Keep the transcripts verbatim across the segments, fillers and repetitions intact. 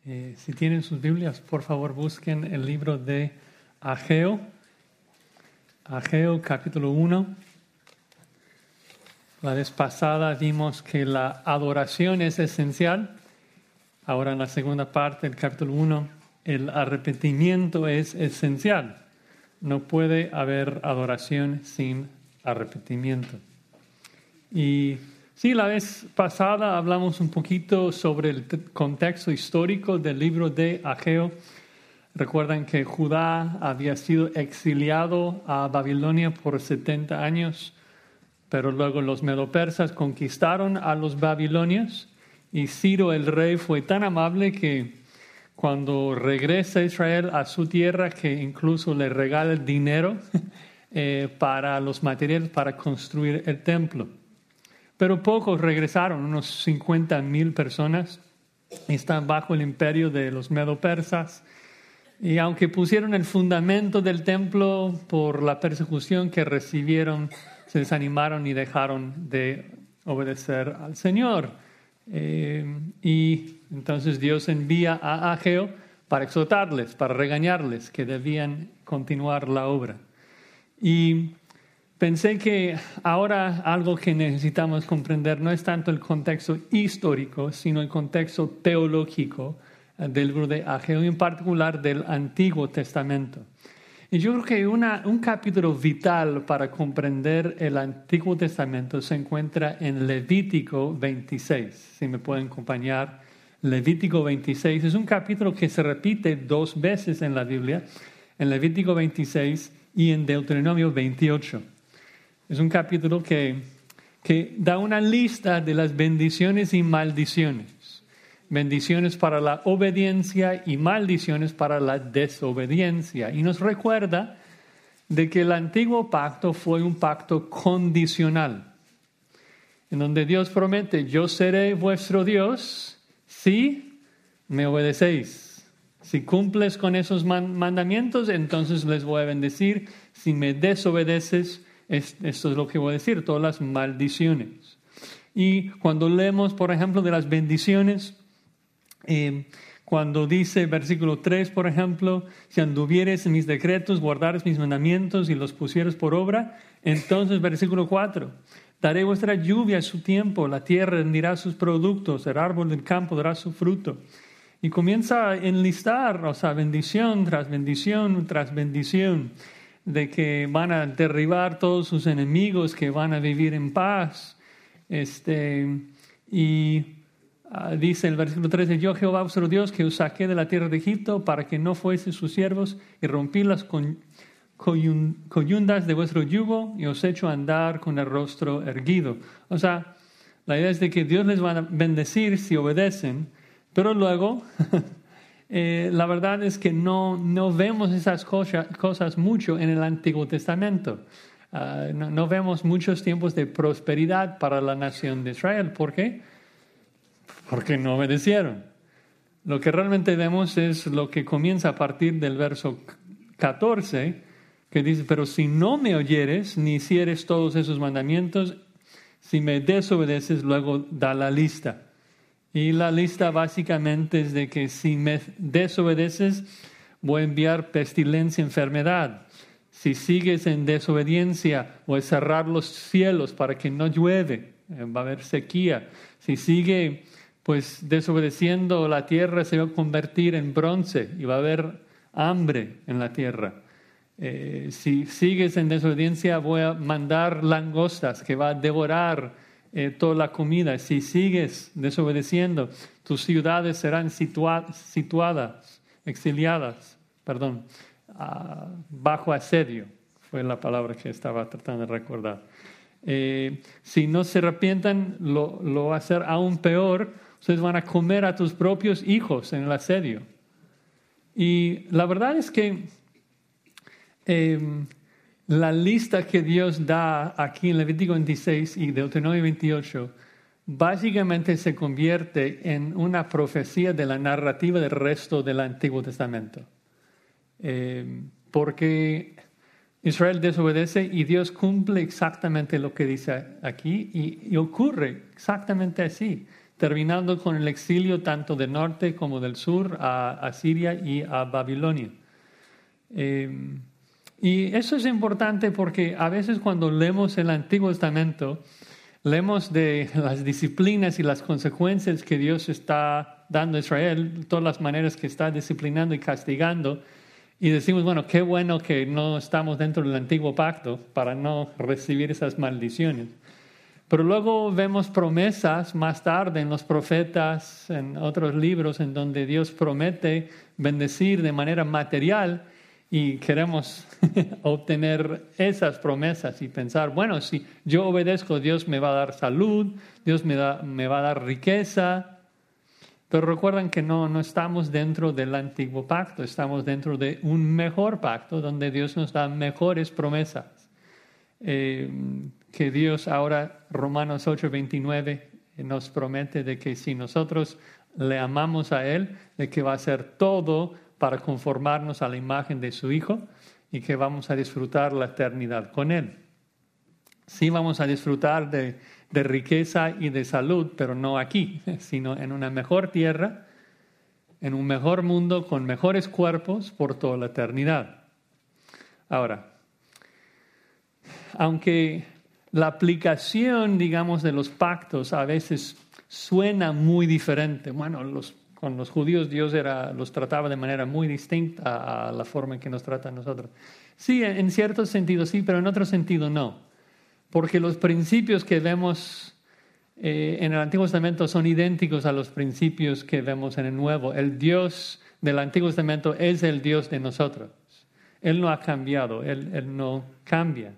Eh, si tienen sus Biblias, por favor busquen el libro de Ageo, Ageo capítulo uno. La vez pasada vimos que la adoración es esencial. Ahora en la segunda parte del capítulo uno, el arrepentimiento es esencial. No puede haber adoración sin arrepentimiento. Y sí, la vez pasada hablamos un poquito sobre el contexto histórico del libro de Ageo. Recuerdan que Judá había sido exiliado a Babilonia por setenta años, pero luego los medo-persas conquistaron a los babilonios y Ciro el rey fue tan amable que cuando regresa Israel a su tierra, que incluso le regala el dinero eh, para los materiales para construir el templo. Pero pocos regresaron, unos cincuenta mil personas están bajo el imperio de los medo-persas. Y aunque pusieron el fundamento del templo por la persecución que recibieron, se desanimaron y dejaron de obedecer al Señor. Eh, y entonces Dios envía a Ageo para exhortarles, para regañarles que debían continuar la obra. Y pensé que ahora algo que necesitamos comprender no es tanto el contexto histórico, sino el contexto teológico del libro de Ageo, y en particular del Antiguo Testamento. Y yo creo que una, un capítulo vital para comprender el Antiguo Testamento se encuentra en Levítico veintiséis. Si me pueden acompañar, Levítico veintiséis es un capítulo que se repite dos veces en la Biblia, en Levítico veintiséis y en Deuteronomio veintiocho. Es un capítulo que, que da una lista de las bendiciones y maldiciones. Bendiciones para la obediencia y maldiciones para la desobediencia. Y nos recuerda de que el antiguo pacto fue un pacto condicional, en donde Dios promete: yo seré vuestro Dios si me obedecéis. Si cumples con esos mandamientos, entonces les voy a bendecir. Si me desobedeces, esto es lo que voy a decir, todas las maldiciones. Y cuando leemos, por ejemplo, de las bendiciones, Eh, cuando dice versículo tres, por ejemplo, si anduvieres en mis decretos, guardares mis mandamientos y los pusieres por obra, entonces versículo cuatro, daré vuestra lluvia a su tiempo, la tierra rendirá sus productos, el árbol del campo dará su fruto. Y comienza a enlistar, o sea, bendición tras bendición tras bendición, de que van a derribar todos sus enemigos, que van a vivir en paz. Este, y Uh, dice el versículo trece, yo Jehová vuestro Dios que os saqué de la tierra de Egipto para que no fueseis sus siervos y rompí las con, coyun, coyundas de vuestro yugo y os echo a andar con el rostro erguido. O sea, la idea es de que Dios les va a bendecir si obedecen, pero luego eh, la verdad es que no, no vemos esas cosas, cosas mucho en el Antiguo Testamento. Uh, no, no vemos muchos tiempos de prosperidad para la nación de Israel. ¿Por qué? Porque no obedecieron. Lo que realmente vemos es lo que comienza a partir del verso catorce, que dice, pero si no me oyeres, ni hicieres todos esos mandamientos, si me desobedeces, luego da la lista. Y la lista básicamente es de que si me desobedeces, voy a enviar pestilencia, enfermedad. Si sigues en desobediencia, voy a cerrar los cielos para que no llueve, va a haber sequía. Si sigue pues desobedeciendo, la tierra se va a convertir en bronce y va a haber hambre en la tierra. Eh, si sigues en desobediencia, voy a mandar langostas que va a devorar eh, toda la comida. Si sigues desobedeciendo, tus ciudades serán situa- situadas, exiliadas, perdón, uh, bajo asedio. Fue la palabra que estaba tratando de recordar. Eh, si no se arrepientan, lo, lo va a hacer aún peor. Ustedes van a comer a tus propios hijos en el asedio. Y la verdad es que eh, la lista que Dios da aquí en Levítico veintiséis y Deuteronomio veintiocho básicamente se convierte en una profecía de la narrativa del resto del Antiguo Testamento. Eh, porque Israel desobedece y Dios cumple exactamente lo que dice aquí y, y ocurre exactamente así. terminando con el exilio tanto del norte como del sur a, a Siria y a Babilonia. Eh, y eso es importante porque a veces cuando leemos el Antiguo Testamento, leemos de las disciplinas y las consecuencias que Dios está dando a Israel, todas las maneras que está disciplinando y castigando, y decimos, bueno, qué bueno que no estamos dentro del antiguo pacto para no recibir esas maldiciones. Pero luego vemos promesas más tarde en los profetas, en otros libros, en donde Dios promete bendecir de manera material y queremos obtener esas promesas y pensar, bueno, si yo obedezco, Dios me va a dar salud, Dios me, da, me va a dar riqueza. Pero recuerden que no, no estamos dentro del antiguo pacto, estamos dentro de un mejor pacto donde Dios nos da mejores promesas. Eh, que Dios ahora, Romanos ocho veintinueve, nos promete de que si nosotros le amamos a Él, de que va a hacer todo para conformarnos a la imagen de su Hijo y que vamos a disfrutar la eternidad con Él. Sí vamos a disfrutar de, de riqueza y de salud, pero no aquí, sino en una mejor tierra, en un mejor mundo, con mejores cuerpos por toda la eternidad. Ahora, aunque la aplicación, digamos, de los pactos a veces suena muy diferente, bueno, los, con los judíos Dios era, los trataba de manera muy distinta a la forma en que nos trata a nosotros. Sí, en cierto sentido sí, pero en otro sentido no. Porque los principios que vemos eh, en el Antiguo Testamento son idénticos a los principios que vemos en el Nuevo. El Dios del Antiguo Testamento es el Dios de nosotros. Él no ha cambiado, Él, él no cambia.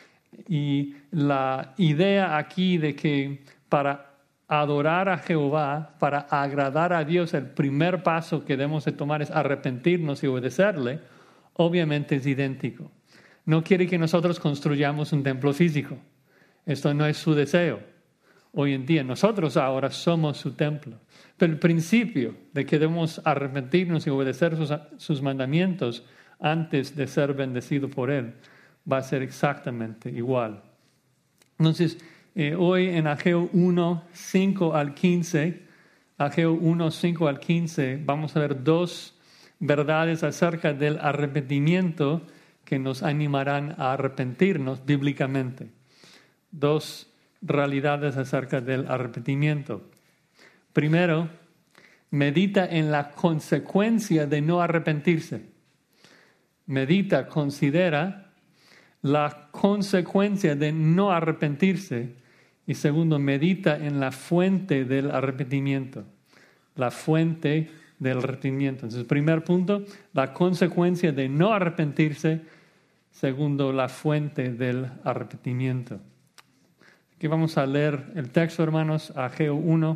Y la idea aquí de que para adorar a Jehová, para agradar a Dios, el primer paso que debemos de tomar es arrepentirnos y obedecerle, obviamente es idéntico. No quiere que nosotros construyamos un templo físico. Esto no es su deseo. Hoy en día nosotros ahora somos su templo. Pero el principio de que debemos arrepentirnos y obedecer sus, sus mandamientos antes de ser bendecido por Él va a ser exactamente igual. Entonces, eh, hoy en Ageo uno, cinco al quince, Ageo uno, cinco al quince, vamos a ver dos verdades acerca del arrepentimiento que nos animarán a arrepentirnos bíblicamente. Dos realidades acerca del arrepentimiento. Primero, medita en la consecuencia de no arrepentirse. Medita, considera la consecuencia de no arrepentirse. Y segundo, medita en la fuente del arrepentimiento. La fuente del arrepentimiento. Entonces, primer punto, la consecuencia de no arrepentirse. Segundo, la fuente del arrepentimiento. Aquí vamos a leer el texto, hermanos, Ageo uno.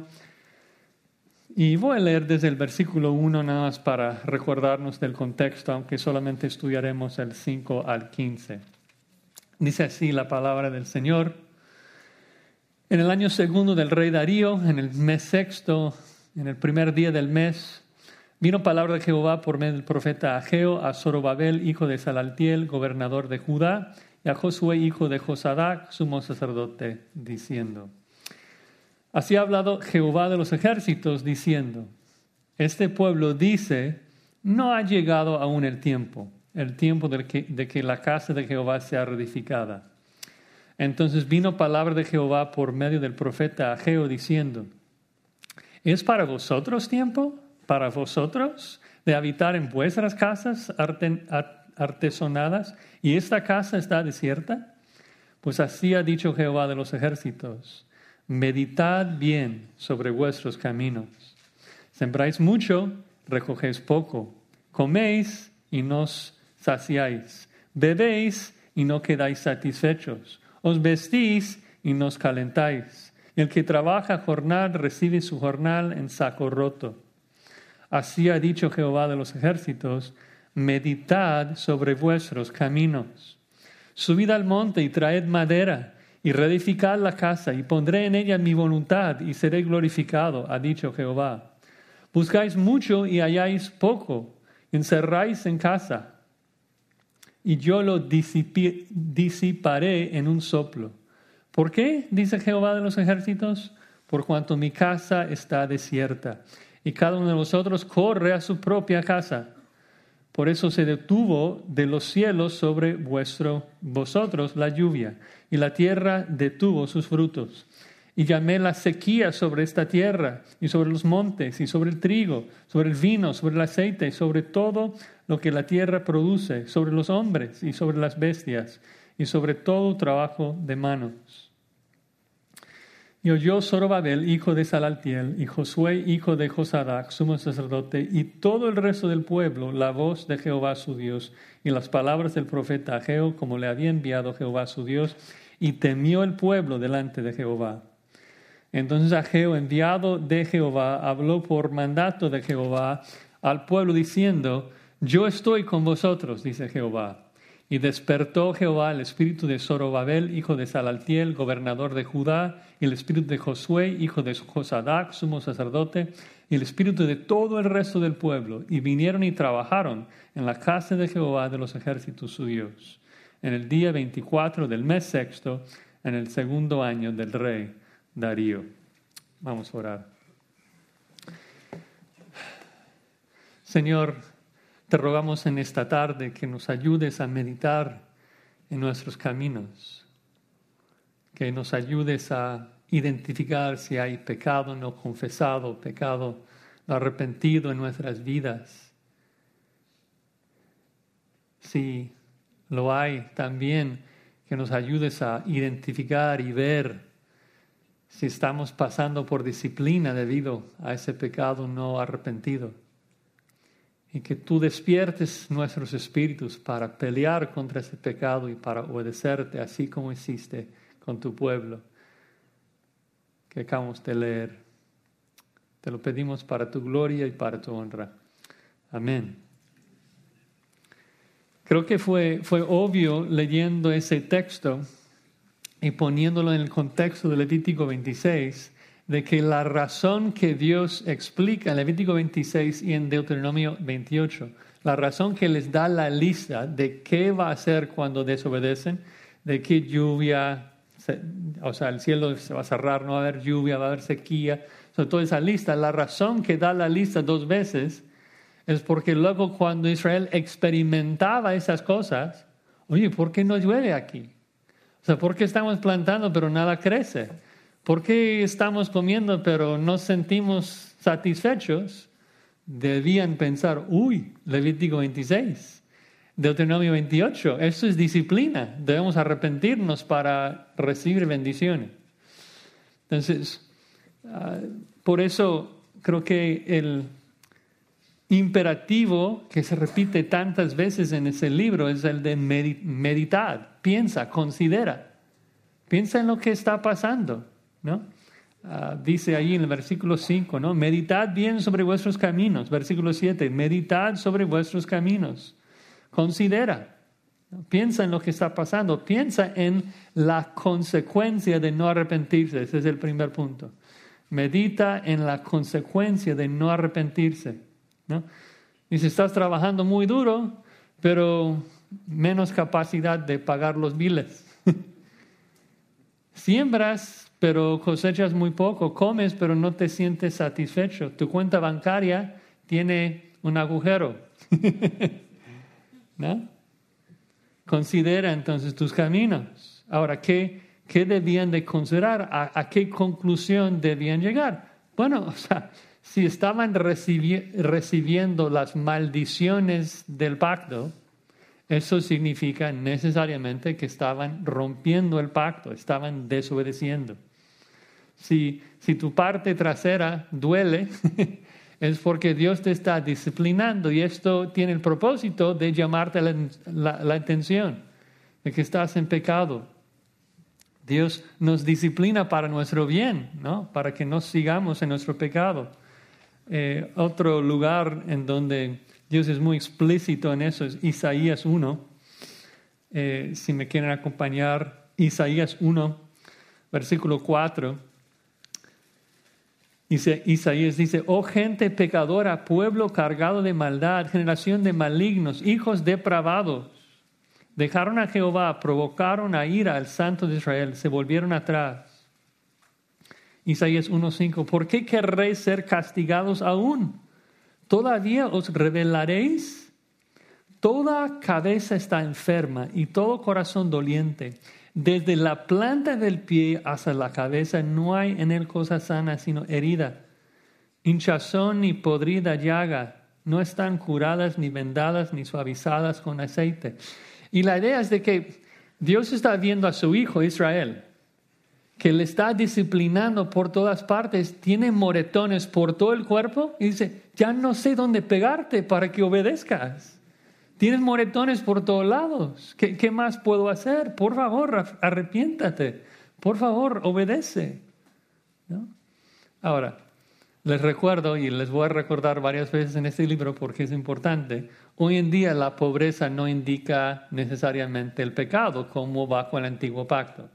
Y voy a leer desde el versículo uno nada más para recordarnos del contexto, aunque solamente estudiaremos el cinco al quince. Dice así la palabra del Señor. En el año segundo del rey Darío, en el mes sexto, en el primer día del mes, vino palabra de Jehová por medio del profeta Ageo a Zorobabel, hijo de Salaltiel, gobernador de Judá, y a Josué, hijo de Josadac, sumo sacerdote, diciendo: Así ha hablado Jehová de los ejércitos, diciendo: Este pueblo dice, no ha llegado aún el tiempo, el tiempo de que, de que la casa de Jehová sea reedificada. Entonces vino palabra de Jehová por medio del profeta Ageo, diciendo: ¿Es para vosotros tiempo? ¿Para vosotros de habitar en vuestras casas artesonadas y esta casa está desierta? Pues así ha dicho Jehová de los ejércitos: meditad bien sobre vuestros caminos. Sembráis mucho, recogéis poco. Coméis y no os saciáis. Bebéis y no quedáis satisfechos. Os vestís y no os calentáis. El que trabaja jornal recibe su jornal en saco roto. Así ha dicho Jehová de los ejércitos: meditad sobre vuestros caminos. Subid al monte y traed madera, y reedificad la casa, y pondré en ella mi voluntad, y seré glorificado, ha dicho Jehová. Buscáis mucho y halláis poco, encerráis en casa, y yo lo disiparé en un soplo. ¿Por qué? Dice Jehová de los ejércitos: por cuanto mi casa está desierta, y cada uno de vosotros corre a su propia casa. Por eso se detuvo de los cielos sobre vuestro, vosotros la lluvia, y la tierra detuvo sus frutos. Y llamé la sequía sobre esta tierra, y sobre los montes, y sobre el trigo, sobre el vino, sobre el aceite, y sobre todo lo que la tierra produce, sobre los hombres y sobre las bestias, y sobre todo trabajo de manos. Y oyó Zorobabel, hijo de Salaltiel, y Josué, hijo de Josadac, sumo sacerdote, y todo el resto del pueblo, la voz de Jehová su Dios, y las palabras del profeta Ageo, como le había enviado Jehová su Dios, y temió el pueblo delante de Jehová. Entonces Ageo, enviado de Jehová, habló por mandato de Jehová al pueblo, diciendo, yo estoy con vosotros, dice Jehová. Y despertó Jehová el espíritu de Zorobabel, hijo de Salaltiel, gobernador de Judá, y el espíritu de Josué, hijo de Josadac, sumo sacerdote, y el espíritu de todo el resto del pueblo, y vinieron y trabajaron en la casa de Jehová de los ejércitos su Dios, en el día veinticuatro del mes sexto, en el segundo año del rey Darío. Vamos a orar. Señor, te rogamos en esta tarde que nos ayudes a meditar en nuestros caminos, que nos ayudes a identificar si hay pecado no confesado, pecado no arrepentido en nuestras vidas. Si lo hay, también que nos ayudes a identificar y ver si estamos pasando por disciplina debido a ese pecado no arrepentido. Y que tú despiertes nuestros espíritus para pelear contra ese pecado y para obedecerte, así como hiciste con tu pueblo que acabamos de leer. Te lo pedimos para tu gloria y para tu honra. Amén. Creo que fue, fue obvio leyendo ese texto y poniéndolo en el contexto de Levítico veintiséis, de que la razón que Dios explica en Levítico veintiséis y en Deuteronomio veintiocho, la razón que les da la lista de qué va a hacer cuando desobedecen, de qué lluvia, o sea, el cielo se va a cerrar, no va a haber lluvia, va a haber sequía, o sea, toda esa lista, la razón que da la lista dos veces es porque luego cuando Israel experimentaba esas cosas, oye, ¿por qué no llueve aquí? O sea, ¿por qué estamos plantando pero nada crece? ¿Por qué estamos comiendo pero no sentimos satisfechos? Debían pensar, uy, Levítico veintiséis, Deuteronomio veintiocho, eso es disciplina, debemos arrepentirnos para recibir bendiciones. Entonces, uh, por eso creo que el imperativo que se repite tantas veces en ese libro es el de meditar, piensa, considera, piensa en lo que está pasando. ¿No? Uh, dice ahí en el versículo cinco, ¿no? Meditad bien sobre vuestros caminos. Versículo siete, meditad sobre vuestros caminos. Considera, ¿no? Piensa en lo que está pasando, piensa en la consecuencia de no arrepentirse. Ese es el primer punto. Medita en la consecuencia de no arrepentirse, ¿no? Dice, estás trabajando muy duro, pero menos capacidad de pagar los biles. Siembras, pero cosechas muy poco, comes, pero no te sientes satisfecho. Tu cuenta bancaria tiene un agujero. ¿No? Considera entonces tus caminos. Ahora, ¿qué, qué debían de considerar? ¿A, a qué conclusión debían llegar? Bueno, o sea, si estaban recibi- recibiendo las maldiciones del pacto, eso significa necesariamente que estaban rompiendo el pacto, estaban desobedeciendo. Si, si tu parte trasera duele, es porque Dios te está disciplinando y esto tiene el propósito de llamarte la, la, la atención de que estás en pecado. Dios nos disciplina para nuestro bien, ¿no? Para que no sigamos en nuestro pecado. Eh, otro lugar en donde Dios es muy explícito en eso es Isaías uno. Eh, si me quieren acompañar, Isaías uno, versículo cuatro. Dice, Isaías dice, oh gente pecadora, pueblo cargado de maldad, generación de malignos, hijos depravados. Dejaron a Jehová, provocaron a ira al Santo de Israel, se volvieron atrás. Isaías uno cinco, ¿por qué querréis ser castigados aún? ¿Todavía os rebelaréis? Toda cabeza está enferma y todo corazón doliente. Desde la planta del pie hasta la cabeza no hay en él cosa sana, sino herida, hinchazón y podrida llaga. No están curadas, ni vendadas, ni suavizadas con aceite. Y la idea es de que Dios está viendo a su hijo Israel, que le está disciplinando por todas partes, tiene moretones por todo el cuerpo, y dice, ya no sé dónde pegarte para que obedezcas. Tienes moretones por todos lados. ¿Qué, qué más puedo hacer? Por favor, arrepiéntate. Por favor, obedece. ¿No? Ahora, les recuerdo, y les voy a recordar varias veces en este libro porque es importante, hoy en día la pobreza no indica necesariamente el pecado como bajo el antiguo pacto.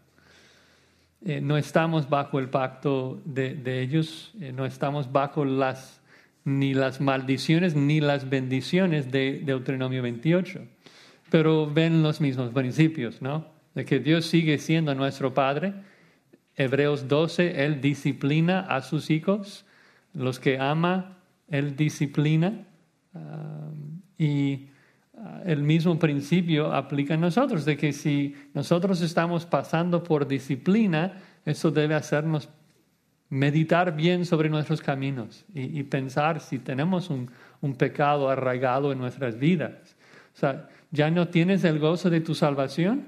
Eh, no estamos bajo el pacto de, de ellos, eh, no estamos bajo las ni las maldiciones ni las bendiciones de Deuteronomio veintiocho. Pero ven los mismos principios, ¿no? De que Dios sigue siendo nuestro Padre. Hebreos doce, Él disciplina a sus hijos. Los que ama, Él disciplina. Uh, y uh, el mismo principio aplica a nosotros, de que si nosotros estamos pasando por disciplina, eso debe hacernos meditar bien sobre nuestros caminos y, y pensar si tenemos un, un pecado arraigado en nuestras vidas. O sea, ¿ya no tienes el gozo de tu salvación?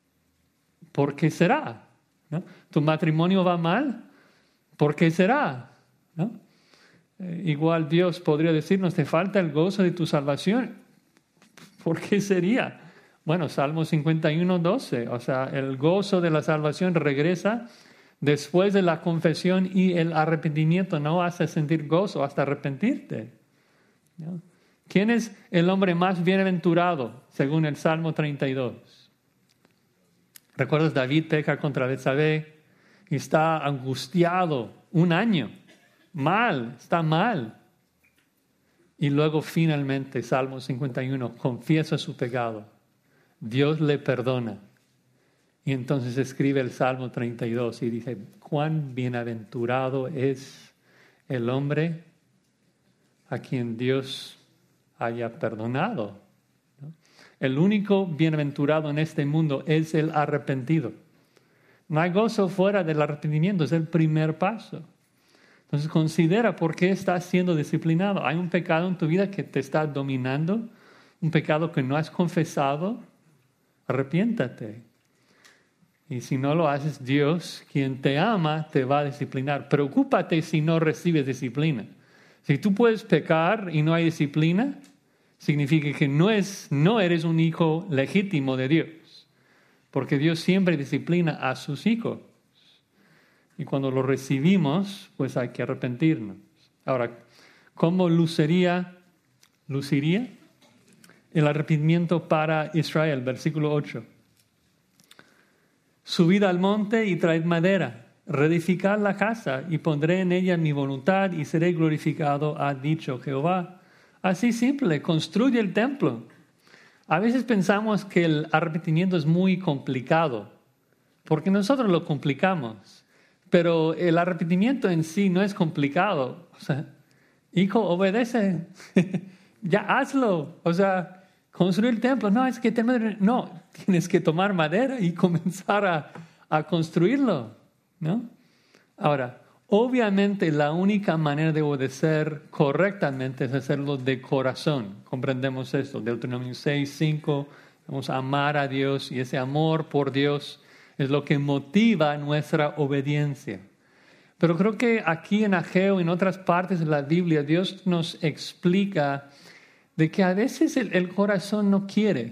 ¿Por qué será? ¿No? ¿Tu matrimonio va mal? ¿Por qué será? ¿No? Eh, igual Dios podría decirnos, ¿te falta el gozo de tu salvación? ¿Por qué sería? Bueno, Salmo cincuenta y uno, doce, o sea, el gozo de la salvación regresa después de la confesión y el arrepentimiento. No hace sentir gozo hasta arrepentirte. ¿No? ¿Quién es el hombre más bienaventurado según el Salmo treinta y dos? ¿Recuerdas? David peca contra Betsabé y está angustiado un año. Mal, está mal. Y luego finalmente, Salmo cincuenta y uno, confiesa su pecado. Dios le perdona. Y entonces escribe el Salmo treinta y dos y dice, cuán bienaventurado es el hombre a quien Dios haya perdonado. ¿No? El único bienaventurado en este mundo es el arrepentido. No hay gozo fuera del arrepentimiento, es el primer paso. Entonces considera por qué estás siendo disciplinado. ¿Hay un pecado en tu vida que te está dominando? ¿Un pecado que no has confesado? Arrepiéntate. Y si no lo haces, Dios, quien te ama, te va a disciplinar. Preocúpate si no recibes disciplina. Si tú puedes pecar y no hay disciplina, significa que no, es, no eres un hijo legítimo de Dios. Porque Dios siempre disciplina a sus hijos. Y cuando lo recibimos, pues hay que arrepentirnos. Ahora, ¿cómo luciría, luciría el arrepentimiento para Israel? Versículo ocho. Subid al monte y traed madera, reedificad la casa y pondré en ella mi voluntad y seré glorificado, ha dicho Jehová. Así simple, construye el templo. A veces pensamos que el arrepentimiento es muy complicado, porque nosotros lo complicamos, pero el arrepentimiento en sí no es complicado. O sea, hijo, obedece, ya hazlo, o sea, construir el templo, no, es que tener, no, tienes que tomar madera y comenzar a, a construirlo, ¿no? Ahora, obviamente la única manera de obedecer correctamente es hacerlo de corazón. Comprendemos esto, Deuteronomio seis, cinco, vamos a amar a Dios y ese amor por Dios es lo que motiva nuestra obediencia. Pero creo que aquí en Ageo y en otras partes de la Biblia Dios nos explica de que a veces el, el corazón no quiere.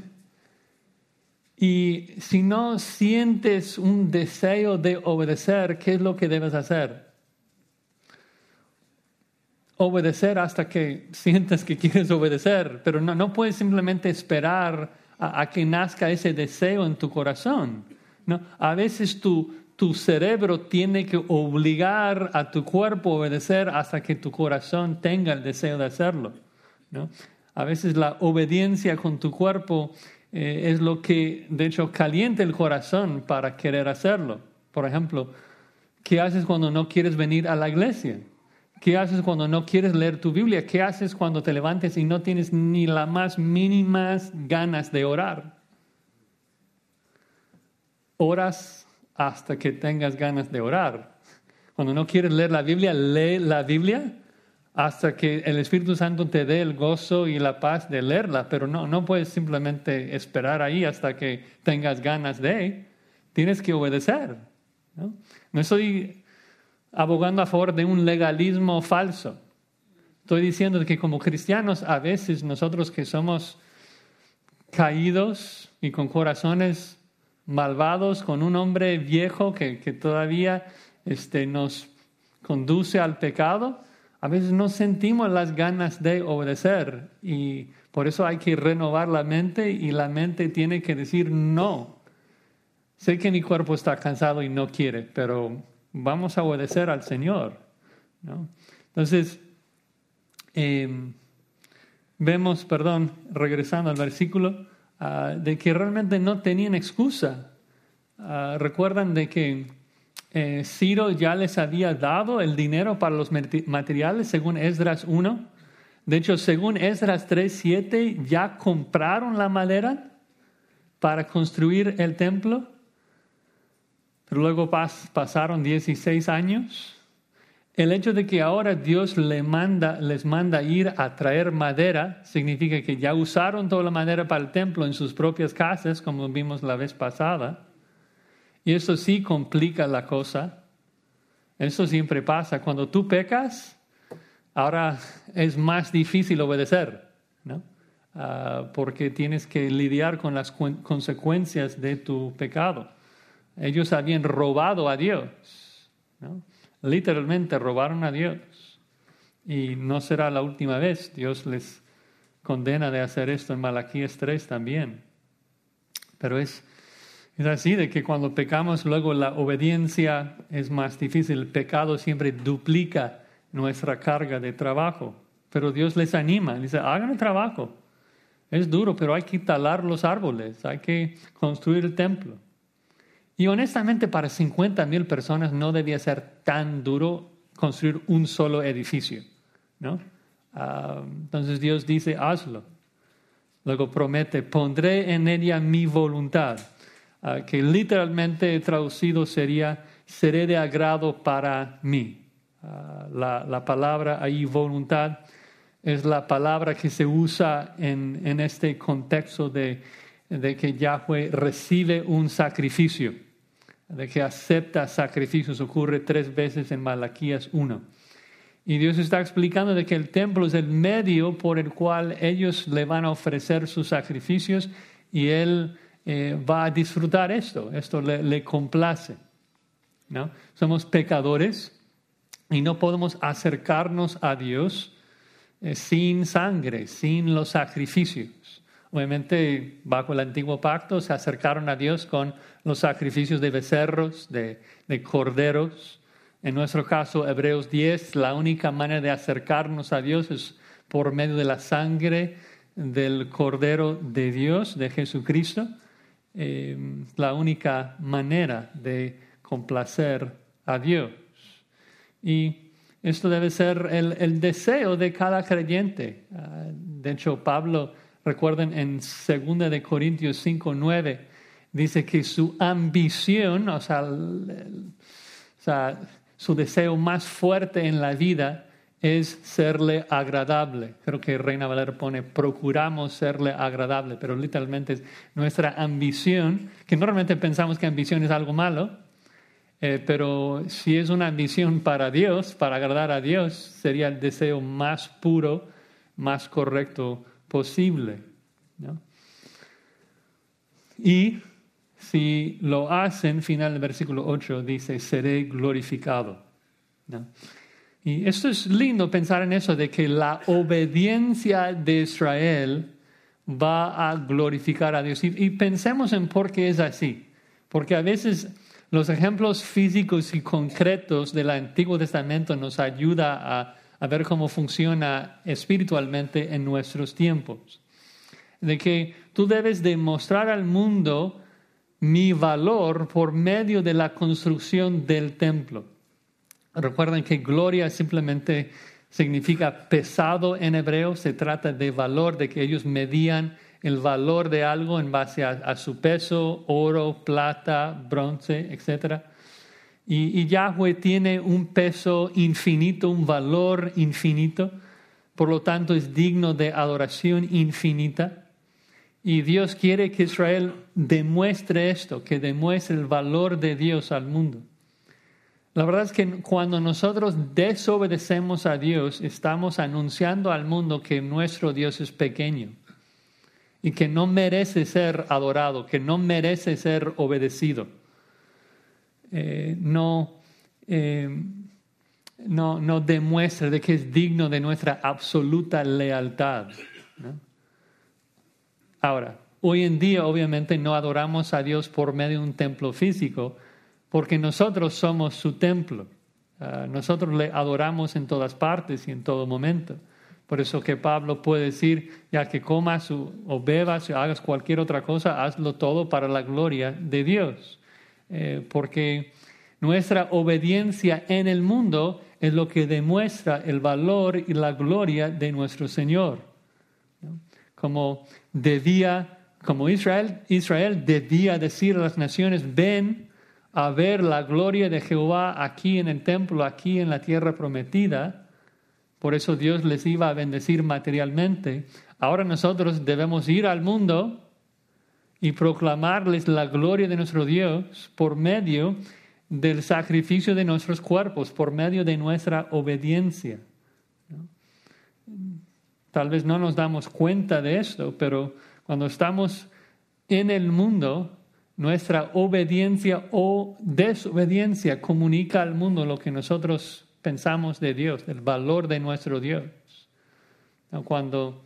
Y si no sientes un deseo de obedecer, ¿qué es lo que debes hacer? Obedecer hasta que sientas que quieres obedecer, pero no, no puedes simplemente esperar a, a que nazca ese deseo en tu corazón. ¿No? A veces tu, tu cerebro tiene que obligar a tu cuerpo a obedecer hasta que tu corazón tenga el deseo de hacerlo. ¿No? A veces la obediencia con tu cuerpo eh, es lo que, de hecho, calienta el corazón para querer hacerlo. Por ejemplo, ¿Qué haces cuando no quieres venir a la iglesia? ¿Qué haces cuando no quieres leer tu Biblia? ¿Qué haces cuando te levantes y no tienes ni las más mínimas ganas de orar? Oras hasta que tengas ganas de orar. Cuando no quieres leer la Biblia, lee la Biblia hasta que el Espíritu Santo te dé el gozo y la paz de leerla. Pero no, no puedes simplemente esperar ahí hasta que tengas ganas de. Tienes que obedecer, ¿no? No estoy abogando a favor de un legalismo falso. Estoy diciendo que como cristianos a veces nosotros que somos caídos y con corazones malvados, con un hombre viejo que, que todavía este, nos conduce al pecado, a veces no sentimos las ganas de obedecer y por eso hay que renovar la mente y la mente tiene que decir no. Sé que mi cuerpo está cansado y no quiere, pero vamos a obedecer al Señor, ¿no? Entonces, eh, vemos, perdón, regresando al versículo, uh, de que realmente no tenían excusa. Uh, Recuerdan de que eh, Ciro ya les había dado el dinero para los materiales, según Esdras uno. De hecho, según Esdras tres siete, ya compraron la madera para construir el templo. Pero luego pas, pasaron dieciséis años. El hecho de que ahora Dios le manda, les manda ir a traer madera significa que ya usaron toda la madera para el templo en sus propias casas, como vimos la vez pasada. Y eso sí complica la cosa. Eso siempre pasa. Cuando tú pecas, ahora es más difícil obedecer, ¿no? Uh, porque tienes que lidiar con las cu- consecuencias de tu pecado. Ellos habían robado a Dios, ¿no? Literalmente robaron a Dios. Y no será la última vez. Dios les condena de hacer esto en Malaquías tres también. Pero es, es así de que cuando pecamos, luego la obediencia es más difícil. El pecado siempre duplica nuestra carga de trabajo. Pero Dios les anima, dice, hagan el trabajo. Es duro, pero hay que talar los árboles, hay que construir el templo. Y honestamente para cincuenta mil personas no debía ser tan duro construir un solo edificio, ¿no? Uh, entonces Dios dice, hazlo. Luego promete, pondré en ella mi voluntad, uh, que literalmente traducido sería, seré de agrado para mí. Uh, la, la palabra ahí, voluntad, es la palabra que se usa en, en este contexto de, de que Yahweh recibe un sacrificio, de que acepta sacrificios. Ocurre tres veces en Malaquías uno. Y Dios está explicando de que el templo es el medio por el cual ellos le van a ofrecer sus sacrificios y Él eh, va a disfrutar esto. Esto le, le complace, ¿no? Somos pecadores y no podemos acercarnos a Dios eh, sin sangre, sin los sacrificios. Obviamente, bajo el antiguo pacto se acercaron a Dios con los sacrificios de becerros, de, de corderos. En nuestro caso, Hebreos diez, la única manera de acercarnos a Dios es por medio de la sangre del Cordero de Dios, de Jesucristo. Eh, la única manera de complacer a Dios. Y esto debe ser el, el deseo de cada creyente. Uh, de hecho, Pablo, recuerden en segunda de Corintios cinco nueve, dice que su ambición, o sea, el, el, o sea, su deseo más fuerte en la vida es serle agradable. Creo que Reina Valera pone, procuramos serle agradable, pero literalmente es nuestra ambición, que normalmente pensamos que ambición es algo malo, eh, pero si es una ambición para Dios, para agradar a Dios, sería el deseo más puro, más correcto posible, ¿no? Y si lo hacen, final del versículo ocho dice, seré glorificado, ¿no? Y esto es lindo pensar en eso, de que la obediencia de Israel va a glorificar a Dios. Y, y pensemos en por qué es así. Porque a veces los ejemplos físicos y concretos del Antiguo Testamento nos ayuda a, a ver cómo funciona espiritualmente en nuestros tiempos. De que tú debes demostrar al mundo mi valor por medio de la construcción del templo. Recuerden que gloria simplemente significa pesado en hebreo. Se trata de valor, de que ellos medían el valor de algo en base a, a su peso, oro, plata, bronce, etcétera. Y, y Yahweh tiene un peso infinito, un valor infinito. Por lo tanto, es digno de adoración infinita. Y Dios quiere que Israel demuestre esto, que demuestre el valor de Dios al mundo. La verdad es que cuando nosotros desobedecemos a Dios, estamos anunciando al mundo que nuestro Dios es pequeño y que no merece ser adorado, que no merece ser obedecido. Eh, no, eh, no, no demuestra de que es digno de nuestra absoluta lealtad, ¿no? Ahora, hoy en día obviamente no adoramos a Dios por medio de un templo físico, porque nosotros somos su templo. Uh, nosotros le adoramos en todas partes y en todo momento. Por eso que Pablo puede decir, ya que comas o bebas o hagas cualquier otra cosa, hazlo todo para la gloria de Dios. Eh, porque nuestra obediencia en el mundo es lo que demuestra el valor y la gloria de nuestro Señor, ¿no? Como debía, como Israel, Israel debía decir a las naciones, ven a ver la gloria de Jehová aquí en el templo, aquí en la tierra prometida. Por eso Dios les iba a bendecir materialmente. Ahora nosotros debemos ir al mundo y proclamarles la gloria de nuestro Dios por medio del sacrificio de nuestros cuerpos, por medio de nuestra obediencia, ¿no? Tal vez no nos damos cuenta de esto, pero cuando estamos en el mundo, nuestra obediencia o desobediencia comunica al mundo lo que nosotros pensamos de Dios, el valor de nuestro Dios. Cuando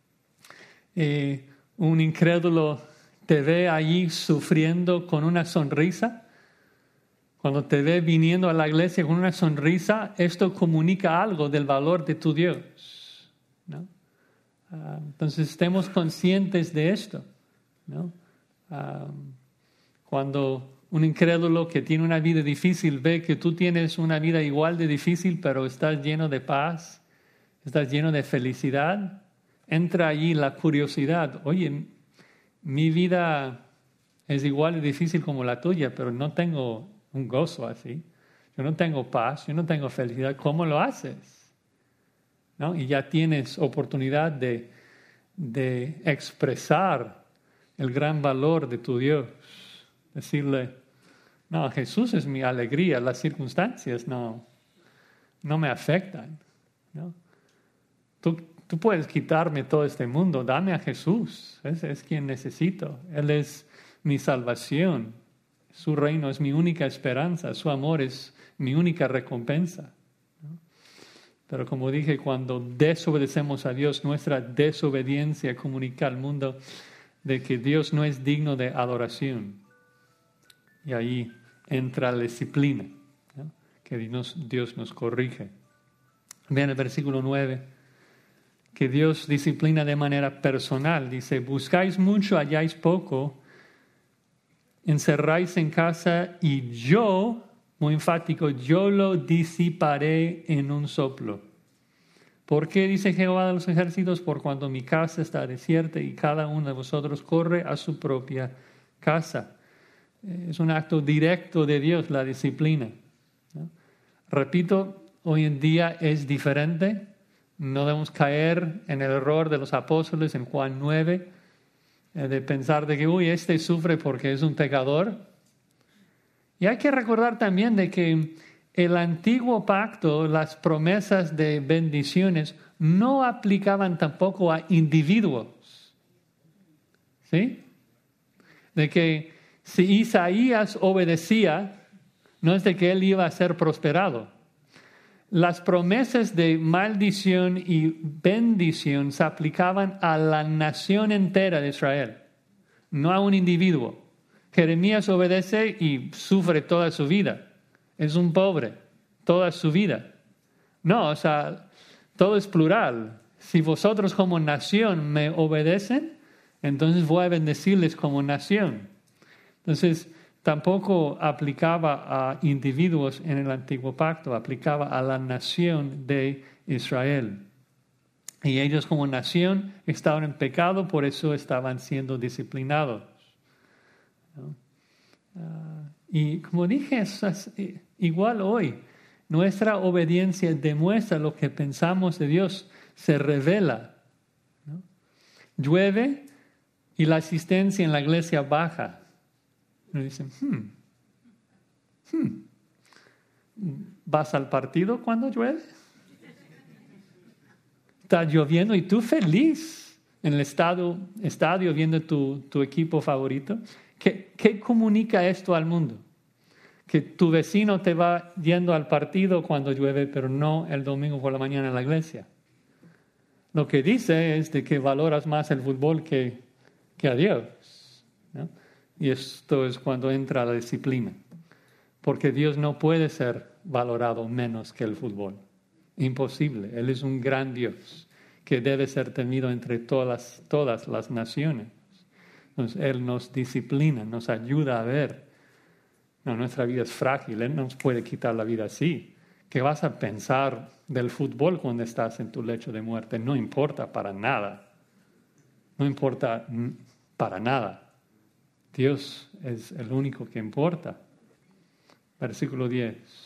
eh, un incrédulo te ve allí sufriendo con una sonrisa, cuando te ve viniendo a la iglesia con una sonrisa, esto comunica algo del valor de tu Dios, ¿no? Uh, entonces estemos conscientes de esto, ¿no? Uh, cuando un incrédulo que tiene una vida difícil ve que tú tienes una vida igual de difícil, pero estás lleno de paz, estás lleno de felicidad, entra allí la curiosidad. Oye, mi vida es igual de difícil como la tuya, pero no tengo un gozo así. Yo no tengo paz, yo no tengo felicidad. ¿Cómo lo haces? ¿No? Y ya tienes oportunidad de, de expresar el gran valor de tu Dios. Decirle, no, Jesús es mi alegría, las circunstancias no, no me afectan, ¿no? Tú, tú puedes quitarme todo este mundo, dame a Jesús, ese es quien necesito. Él es mi salvación, su reino es mi única esperanza, su amor es mi única recompensa. Pero como dije, cuando desobedecemos a Dios, nuestra desobediencia comunica al mundo de que Dios no es digno de adoración. Y ahí entra la disciplina, ¿no? Que Dios, Dios nos corrige. Vean el versículo nueve, que Dios disciplina de manera personal. Dice, buscáis mucho, halláis poco, encerráis en casa y yo... Muy enfático, yo lo disiparé en un soplo. ¿Por qué dice Jehová de los ejércitos? Por cuando mi casa está desierta y cada uno de vosotros corre a su propia casa. Es un acto directo de Dios, la disciplina, ¿no? Repito, hoy en día es diferente. No debemos caer en el error de los apóstoles en Juan nueve, eh, de pensar de que, uy, este sufre porque es un pecador. Y hay que recordar también de que el antiguo pacto, las promesas de bendiciones, no aplicaban tampoco a individuos. ¿Sí? De que si Isaías obedecía, no es de que él iba a ser prosperado. Las promesas de maldición y bendición se aplicaban a la nación entera de Israel, no a un individuo. Jeremías obedece y sufre toda su vida. Es un pobre toda su vida. No, o sea, todo es plural. Si vosotros como nación me obedecen, entonces voy a bendecirles como nación. Entonces, tampoco aplicaba a individuos en el antiguo pacto, aplicaba a la nación de Israel. Y ellos como nación estaban en pecado, por eso estaban siendo disciplinados, ¿no? Uh, y como dije, es igual hoy. Nuestra obediencia demuestra lo que pensamos de Dios, se revela, ¿no? Llueve y la asistencia en la iglesia baja. Y dicen, hmm, hmm, ¿vas al partido cuando llueve? Está lloviendo y tú feliz en el estadio, estadio viendo tu, tu equipo favorito. ¿Qué, ¿Qué comunica esto al mundo? Que tu vecino te va yendo al partido cuando llueve, pero no el domingo por la mañana en la iglesia. Lo que dice es de que valoras más el fútbol que, que a Dios, ¿no? Y esto es cuando entra la disciplina. Porque Dios no puede ser valorado menos que el fútbol. Imposible. Él es un gran Dios que debe ser temido entre todas, todas las naciones. Entonces, Él nos disciplina, nos ayuda a ver. No, nuestra vida es frágil, Él no nos puede quitar la vida así. ¿Qué vas a pensar del fútbol cuando estás en tu lecho de muerte? No importa para nada. No importa para nada. Dios es el único que importa. Versículo diez.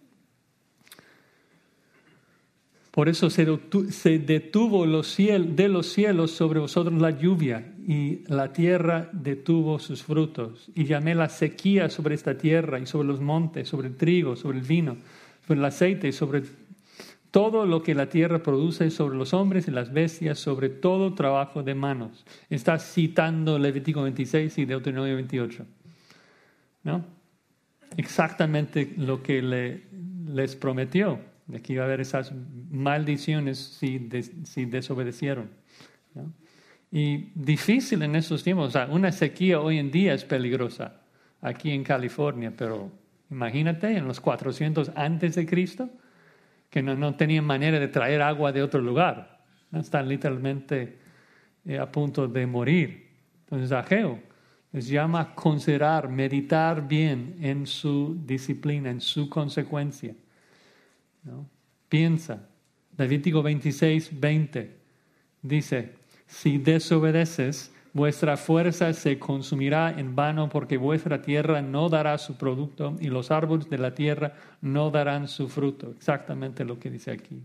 Por eso se detuvo, se detuvo los cielos, de los cielos sobre vosotros la lluvia, y la tierra detuvo sus frutos. Y llamé la sequía sobre esta tierra, y sobre los montes, sobre el trigo, sobre el vino, sobre el aceite, y sobre todo lo que la tierra produce, sobre los hombres y las bestias, sobre todo trabajo de manos. Está citando Levítico veintiséis y Deuteronomio veintiocho, ¿no? Exactamente lo que le, les prometió. De que iba a haber esas maldiciones si, des, si desobedecieron, ¿no? Y difícil en esos tiempos. O sea, una sequía hoy en día es peligrosa aquí en California, pero imagínate en los cuatrocientos antes de Cristo, que no, no tenían manera de traer agua de otro lugar, ¿no? Están literalmente eh, a punto de morir. Entonces Ageo les llama a considerar, meditar bien en su disciplina, en su consecuencia, ¿no? Piensa. Levítico veintiséis, veinte dice: si desobedeces, vuestra fuerza se consumirá en vano, porque vuestra tierra no dará su producto y los árboles de la tierra no darán su fruto. Exactamente lo que dice aquí.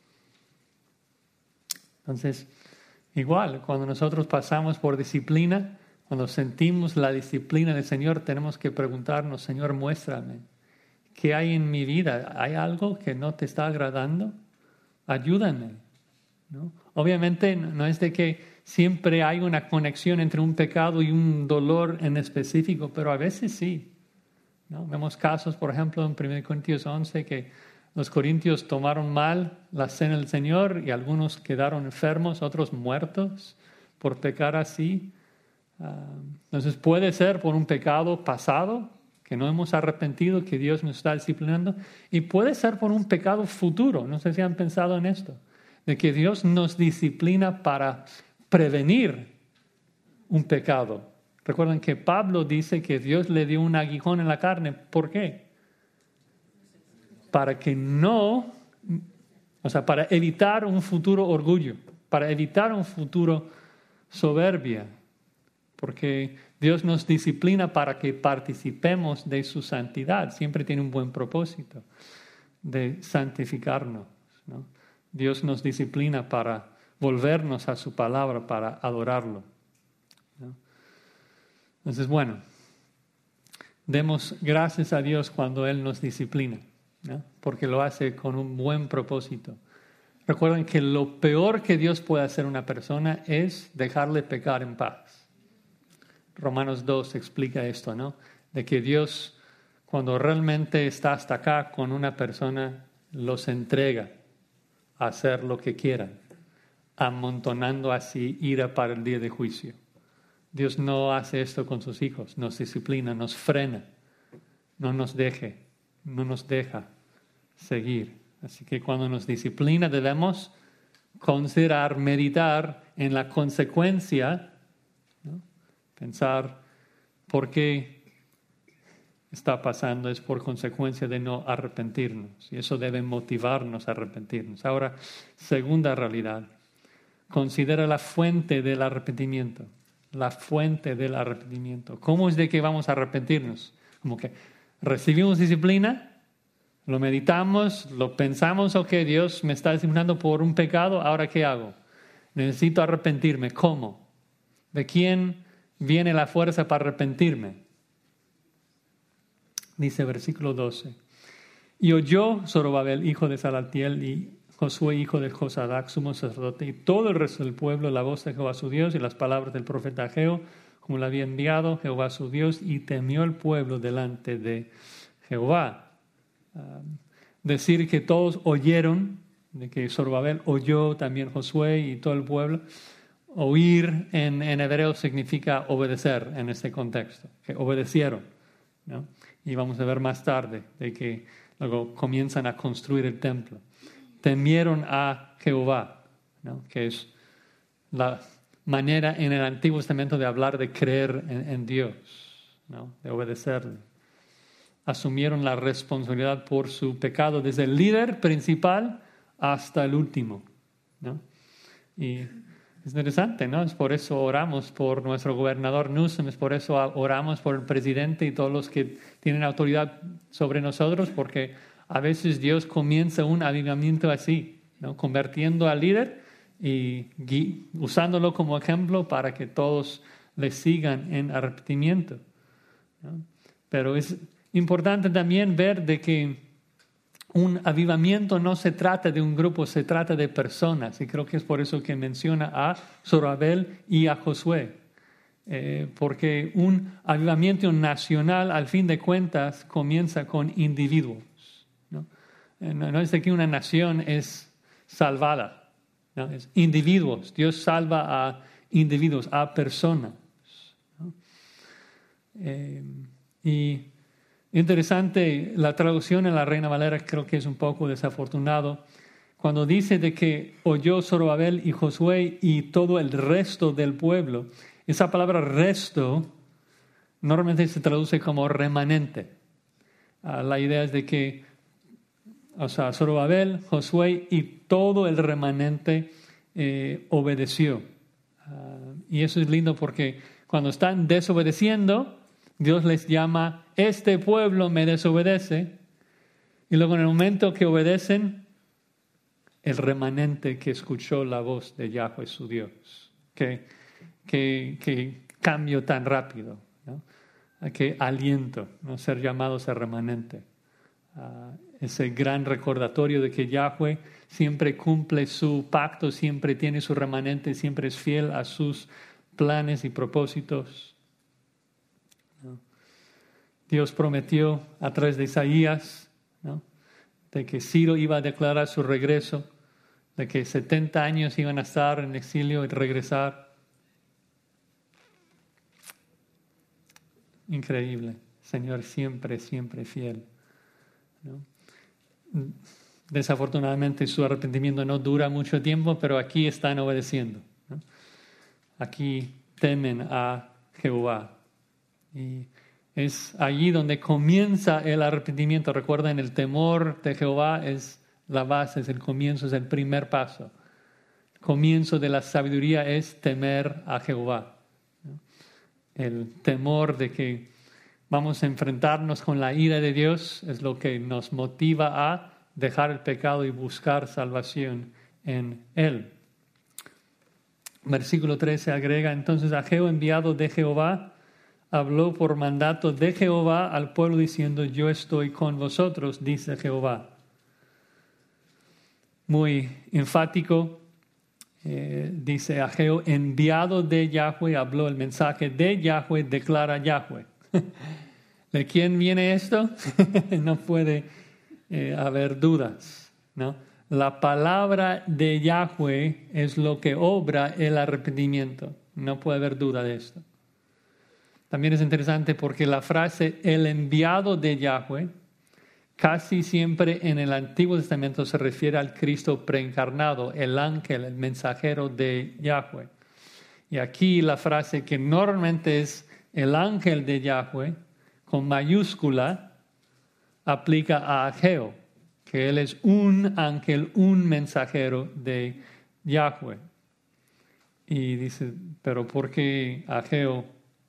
Entonces, igual, cuando nosotros pasamos por disciplina, cuando sentimos la disciplina del Señor, tenemos que preguntarnos: Señor, muéstrame. ¿Qué hay en mi vida? ¿Hay algo que no te está agradando? Ayúdame, ¿no? Obviamente no es de que siempre hay una conexión entre un pecado y un dolor en específico, pero a veces sí, ¿no? Vemos casos, por ejemplo, en primera Corintios once, que los corintios tomaron mal la cena del Señor y algunos quedaron enfermos, otros muertos por pecar así. Entonces puede ser por un pecado pasado, que no hemos arrepentido, que Dios nos está disciplinando, y puede ser por un pecado futuro. No sé si han pensado en esto, de que Dios nos disciplina para prevenir un pecado. Recuerden que Pablo dice que Dios le dio un aguijón en la carne. ¿Por qué? Para que no, o sea, para evitar un futuro orgullo, para evitar un futuro soberbia. Porque Dios nos disciplina para que participemos de su santidad. Siempre tiene un buen propósito de santificarnos, ¿no? Dios nos disciplina para volvernos a su palabra, para adorarlo, ¿no? Entonces, bueno, demos gracias a Dios cuando Él nos disciplina, ¿no? Porque lo hace con un buen propósito. Recuerden que lo peor que Dios puede hacer a una persona es dejarle pecar en paz. Romanos dos explica esto, ¿no? De que Dios, cuando realmente está hasta acá con una persona, los entrega a hacer lo que quieran, amontonando así ira para el día de juicio. Dios no hace esto con sus hijos, nos disciplina, nos frena, no nos deje, no nos deja seguir. Así que cuando nos disciplina debemos considerar, meditar en la consecuencia, ¿no? Pensar, ¿por qué está pasando es por consecuencia de no arrepentirnos. Y eso debe motivarnos a arrepentirnos. Ahora, segunda realidad. Considera la fuente del arrepentimiento. La fuente del arrepentimiento. ¿Cómo es de que vamos a arrepentirnos? Como que recibimos disciplina, lo meditamos, lo pensamos, ok, Dios me está disciplinando por un pecado, ¿ahora qué hago? Necesito arrepentirme. ¿Cómo? ¿De quién viene la fuerza para arrepentirme? Dice versículo doce. Y oyó Zorobabel, hijo de Salatiel, y Josué, hijo de Josadac, sumo sacerdote, y todo el resto del pueblo, la voz de Jehová su Dios y las palabras del profeta Ageo, como le había enviado Jehová su Dios, y temió el pueblo delante de Jehová. Um, decir que todos oyeron, de que Zorobabel oyó, también Josué y todo el pueblo. Oír en, en hebreo significa obedecer en este contexto, que obedecieron, ¿no? Y vamos a ver más tarde de que luego comienzan a construir el templo. Temieron a Jehová, ¿no? Que es la manera en el Antiguo Testamento de hablar de creer en, en Dios, ¿no? De obedecerle. Asumieron la responsabilidad por su pecado desde el líder principal hasta el último, ¿no? Y es interesante, ¿no? Es por eso oramos por nuestro gobernador Newsom, es por eso oramos por el presidente y todos los que tienen autoridad sobre nosotros, porque a veces Dios comienza un avivamiento así, ¿no? Convirtiendo al líder y usándolo como ejemplo para que todos le sigan en arrepentimiento, ¿no? Pero es importante también ver de que un avivamiento no se trata de un grupo, se trata de personas. Y creo que es por eso que menciona a Zorobabel y a Josué. Eh, porque un avivamiento nacional, al fin de cuentas, comienza con individuos, ¿no? Eh, no, no es de que una nación es salvada, ¿no? Es individuos. Dios salva a individuos, a personas, ¿no? Eh, y interesante, la traducción en la Reina Valera creo que es un poco desafortunado. Cuando dice de que oyó Zorobabel y Josué y todo el resto del pueblo, esa palabra resto normalmente se traduce como remanente. Uh, la idea es de que, o sea, Zorobabel, Josué y todo el remanente eh, obedeció. Uh, y eso es lindo porque cuando están desobedeciendo, Dios les llama, este pueblo me desobedece. Y luego en el momento que obedecen, el remanente que escuchó la voz de Yahweh su Dios. Qué, qué, qué cambio tan rápido, ¿no? Qué aliento, ¿no? Ser llamados a remanente. Uh, ese gran recordatorio de que Yahweh siempre cumple su pacto, siempre tiene su remanente, siempre es fiel a sus planes y propósitos. Dios prometió a través de Isaías, ¿no? De que Ciro iba a declarar su regreso, de que setenta años iban a estar en exilio y regresar. Increíble. Señor siempre, siempre fiel, ¿no? Desafortunadamente su arrepentimiento no dura mucho tiempo, pero aquí están obedeciendo, ¿no? Aquí temen a Jehová. Y es allí donde comienza el arrepentimiento. Recuerden, el temor de Jehová es la base, es el comienzo, es el primer paso. El comienzo de la sabiduría es temer a Jehová, ¿no? El temor de que vamos a enfrentarnos con la ira de Dios es lo que nos motiva a dejar el pecado y buscar salvación en Él. Versículo trece agrega, entonces Ageo, enviado de Jehová, habló por mandato de Jehová al pueblo diciendo, yo estoy con vosotros, dice Jehová. Muy enfático, eh, dice Ageo, enviado de Yahweh, habló el mensaje de Yahweh, declara Yahweh. ¿De quién viene esto? No puede eh, haber dudas, ¿no? La palabra de Yahweh es lo que obra el arrepentimiento. No puede haber duda de esto. También es interesante porque la frase el enviado de Yahweh casi siempre en el Antiguo Testamento se refiere al Cristo preencarnado, el ángel, el mensajero de Yahweh. Y aquí la frase que normalmente es el ángel de Yahweh, con mayúscula aplica a Ageo, que él es un ángel, un mensajero de Yahweh. Y dice, pero ¿por qué Ageo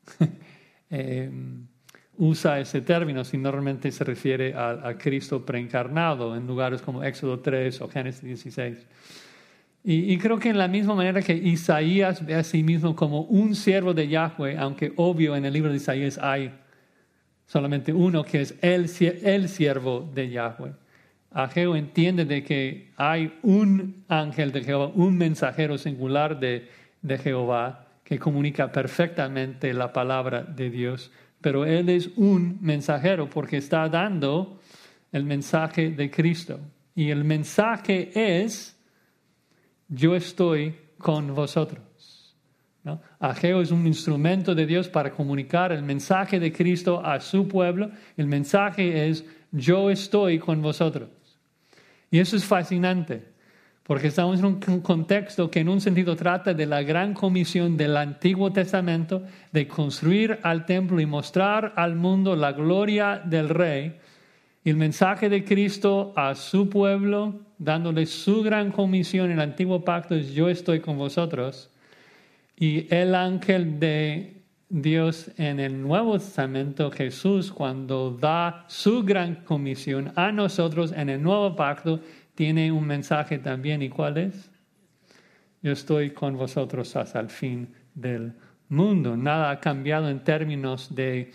eh, usa ese término si normalmente se refiere a, a Cristo preencarnado en lugares como Éxodo tres o Génesis dieciséis? Y, y creo que en la misma manera que Isaías ve a sí mismo como un siervo de Yahweh, aunque obvio en el libro de Isaías hay solamente uno que es el, el siervo de Yahweh. Ageo entiende de que hay un ángel de Jehová, un mensajero singular de, de Jehová que comunica perfectamente la palabra de Dios, pero él es un mensajero porque está dando el mensaje de Cristo. Y el mensaje es: yo estoy con vosotros, ¿no? Ageo es un instrumento de Dios para comunicar el mensaje de Cristo a su pueblo. El mensaje es: yo estoy con vosotros. Y eso es fascinante, porque estamos en un contexto que en un sentido trata de la gran comisión del Antiguo Testamento de construir al templo y mostrar al mundo la gloria del Rey. Y el mensaje de Cristo a su pueblo, dándole su gran comisión en el Antiguo Pacto, es: yo estoy con vosotros. Y el ángel de Dios en el Nuevo Testamento, Jesús, cuando da su gran comisión a nosotros en el Nuevo Pacto, tiene un mensaje también. ¿Y cuál es? Yo estoy con vosotros hasta el fin del mundo. Nada ha cambiado en términos de,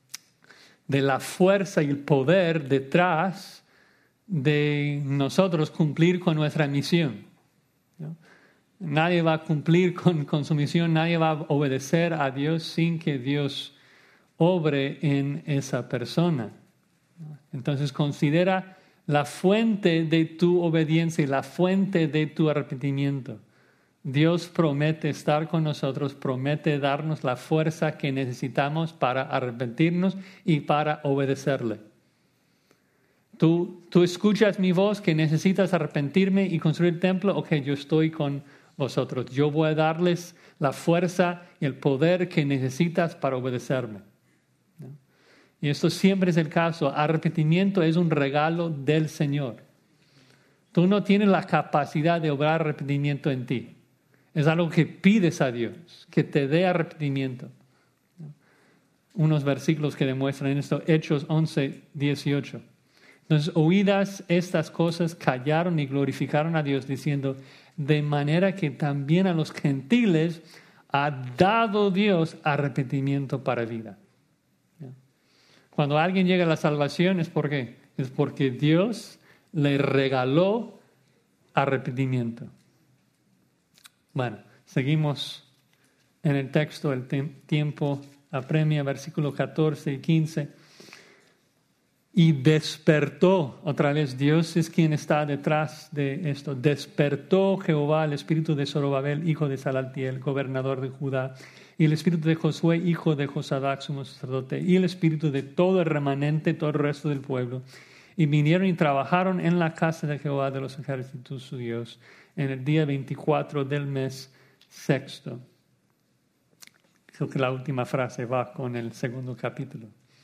de la fuerza y el poder detrás de nosotros cumplir con nuestra misión, ¿no? Nadie va a cumplir con, con su misión, nadie va a obedecer a Dios sin que Dios obre en esa persona. Entonces considera la fuente de tu obediencia y la fuente de tu arrepentimiento. Dios promete estar con nosotros, promete darnos la fuerza que necesitamos para arrepentirnos y para obedecerle. Tú, tú escuchas mi voz que necesitas arrepentirme y construir el templo. Ok, yo estoy con vosotros. Yo voy a darles la fuerza y el poder que necesitas para obedecerme, ¿no? Y esto siempre es el caso. Arrepentimiento es un regalo del Señor. Tú no tienes la capacidad de obrar arrepentimiento en ti. Es algo que pides a Dios, que te dé arrepentimiento, ¿no? Unos versículos que demuestran esto, Hechos once, dieciocho. Entonces, oídas estas cosas, callaron y glorificaron a Dios, diciendo: de manera que también a los gentiles ha dado Dios arrepentimiento para vida. Cuando alguien llega a la salvación, ¿es por qué? Es porque Dios le regaló arrepentimiento. Bueno, seguimos en el texto, el tiempo apremia, versículos catorce y quince. Y despertó, otra vez Dios es quien está detrás de esto, despertó Jehová el espíritu de Zorobabel, hijo de Salatiel, gobernador de Judá, y el espíritu de Josué, hijo de Josadac, sumo sacerdote, y el espíritu de todo el remanente, todo el resto del pueblo. Y vinieron y trabajaron en la casa de Jehová de los ejércitos su Dios, en el día veinticuatro del mes sexto. Creo que la última frase va con el segundo capítulo.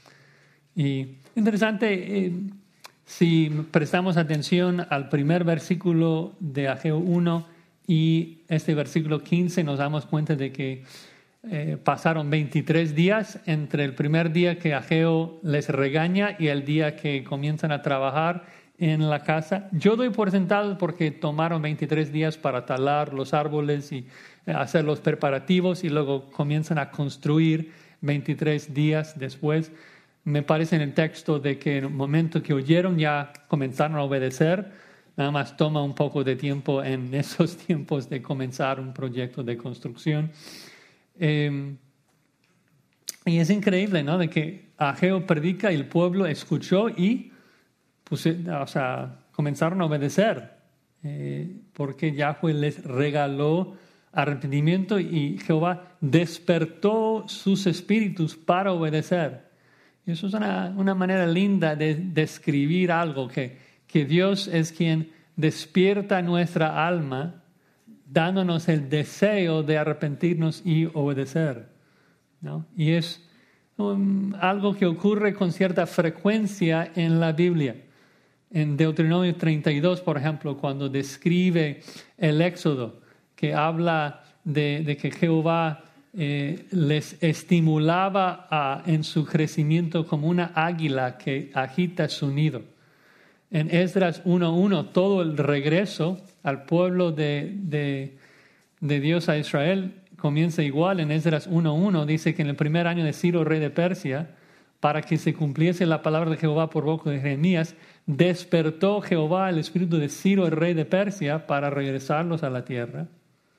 Y interesante, eh, si prestamos atención al primer versículo de Ageo uno y este versículo quince, nos damos cuenta de que eh, pasaron veintitrés días entre el primer día que Ageo les regaña y el día que comienzan a trabajar en la casa. Yo doy por sentado porque tomaron veintitrés días para talar los árboles y hacer los preparativos y luego comienzan a construir veintitrés días después. Me parece en el texto de que en el momento que oyeron ya comenzaron a obedecer. Nada más toma un poco de tiempo en esos tiempos de comenzar un proyecto de construcción. Eh, y es increíble, ¿no? De que Ageo predica y el pueblo escuchó y pues, o sea, comenzaron a obedecer. Eh, porque Yahweh les regaló arrepentimiento y Jehová despertó sus espíritus para obedecer. Y eso es una, una manera linda de describir algo, que, que Dios es quien despierta nuestra alma, dándonos el deseo de arrepentirnos y obedecer, ¿no? Y es um, algo que ocurre con cierta frecuencia en la Biblia. En Deuteronomio treinta y dos, por ejemplo, cuando describe el Éxodo, que habla de, de que Jehová eh, les estimulaba a, en su crecimiento como una águila que agita su nido. En Esdras uno uno, todo el regreso al pueblo de, de, de Dios a Israel comienza igual. En Esdras uno uno dice que en el primer año de Ciro, rey de Persia, para que se cumpliese la palabra de Jehová por boca de Jeremías, despertó Jehová el espíritu de Ciro, el rey de Persia, para regresarlos a la tierra.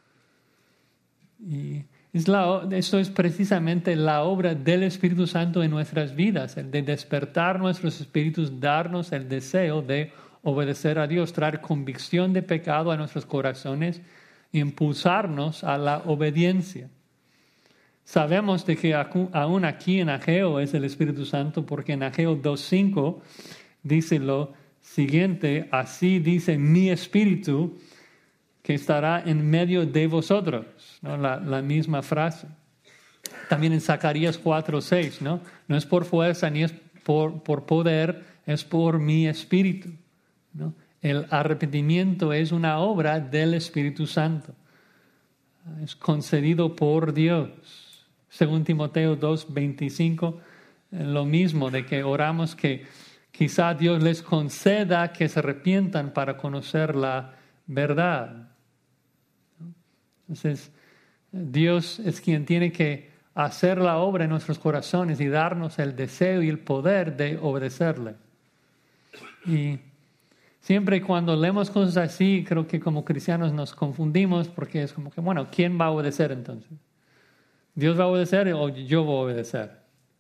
Y es la, eso es precisamente la obra del Espíritu Santo en nuestras vidas, el de despertar nuestros espíritus, darnos el deseo de obedecer a Dios, traer convicción de pecado a nuestros corazones y impulsarnos a la obediencia. Sabemos de que aún aquí en Ageo es el Espíritu Santo, porque en Ageo dos cinco dice lo siguiente: así dice mi espíritu que estará en medio de vosotros, ¿no? La, la misma frase. También en Zacarías cuatro seis, ¿no? No es por fuerza ni es por, por poder, es por mi espíritu, ¿no? El arrepentimiento es una obra del Espíritu Santo. Es concedido por Dios. Según Timoteo dos veinticinco, lo mismo, de que oramos que quizá Dios les conceda que se arrepientan para conocer la verdad. Entonces, Dios es quien tiene que hacer la obra en nuestros corazones y darnos el deseo y el poder de obedecerle. Y siempre cuando leemos cosas así, creo que como cristianos nos confundimos, porque es como que, bueno, ¿quién va a obedecer entonces? ¿Dios va a obedecer o yo voy a obedecer?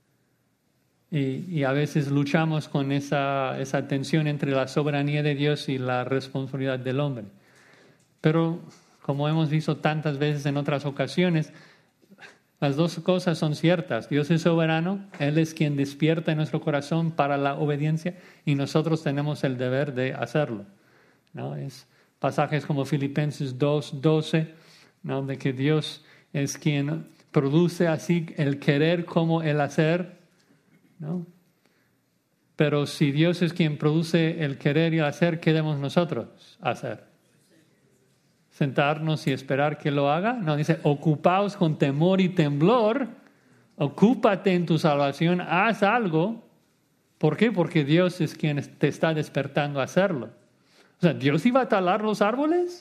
Y, y a veces luchamos con esa, esa tensión entre la soberanía de Dios y la responsabilidad del hombre. Pero como hemos visto tantas veces en otras ocasiones, las dos cosas son ciertas. Dios es soberano, Él es quien despierta en nuestro corazón para la obediencia y nosotros tenemos el deber de hacerlo, ¿no? Es pasajes como Filipenses dos doce, ¿no? De que Dios es quien produce así el querer como el hacer, ¿no? Pero si Dios es quien produce el querer y el hacer, ¿qué debemos nosotros hacer? ¿Sentarnos y esperar que lo haga? No, dice, ocupaos con temor y temblor, ocúpate en tu salvación, haz algo. ¿Por qué? Porque Dios es quien te está despertando a hacerlo. O sea, ¿Dios iba a talar los árboles?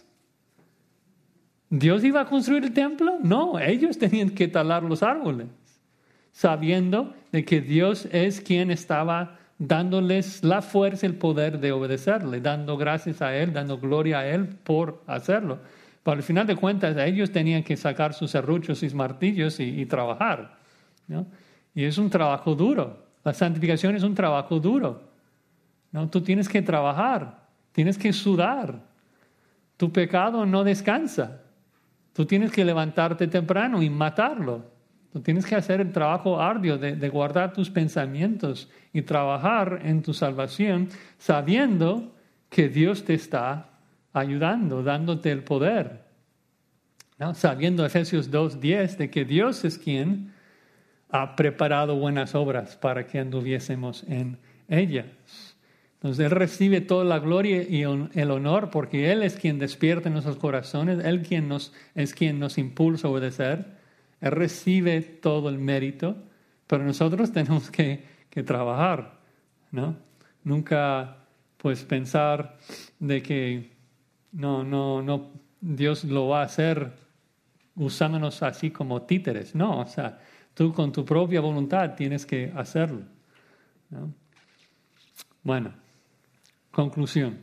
¿Dios iba a construir el templo? No, ellos tenían que talar los árboles, sabiendo de que Dios es quien estaba dándoles la fuerza, el poder de obedecerle, dando gracias a Él, dando gloria a Él por hacerlo. Pero al final de cuentas, ellos tenían que sacar sus serruchos y sus martillos y, y trabajar, ¿no? Y es un trabajo duro. La santificación es un trabajo duro, ¿no? Tú tienes que trabajar, tienes que sudar. Tu pecado no descansa. Tú tienes que levantarte temprano y matarlo. Tú tienes que hacer el trabajo arduo de, de guardar tus pensamientos y trabajar en tu salvación, sabiendo que Dios te está ayudando, dándote el poder, ¿no? Sabiendo Efesios dos diez de que Dios es quien ha preparado buenas obras para que anduviésemos en ellas. Entonces Él recibe toda la gloria y el honor porque Él es quien despierta en nuestros corazones, Él quien nos, es quien nos impulsa a obedecer. Él recibe todo el mérito, pero nosotros tenemos que, que trabajar, ¿no? Nunca, pues, pensar de que no, no, no, Dios lo va a hacer usándonos así como títeres. No, o sea, tú con tu propia voluntad tienes que hacerlo, ¿no? Bueno, conclusión.